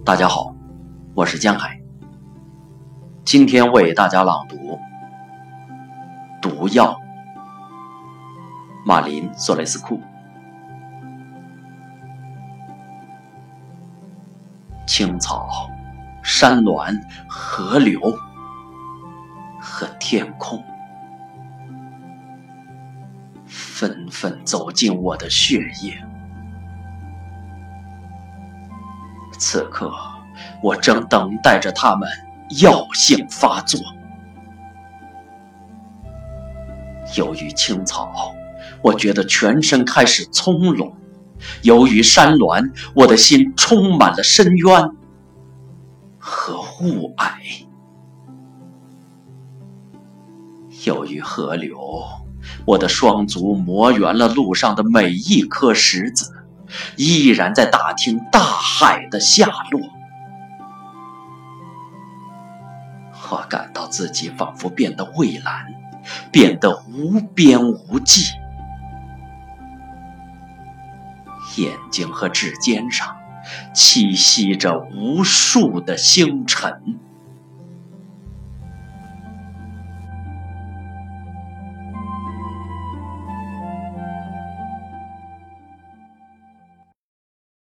大家好，我是江海。今天为大家朗读《毒药》，马林·索雷斯库。青草、山峦、河流和天空，纷纷走进我的血液。此刻，我正等待着它们药性发作。由于青草，我觉得全身开始葱茏；由于山峦，我的心充满了深渊和雾霭；由于河流，我的双足磨圆了路上的每一颗石子，依然在打听大海的下落。我感到自己仿佛变得蔚蓝，变得无边无际。眼睛和指尖上栖息着无数的星辰。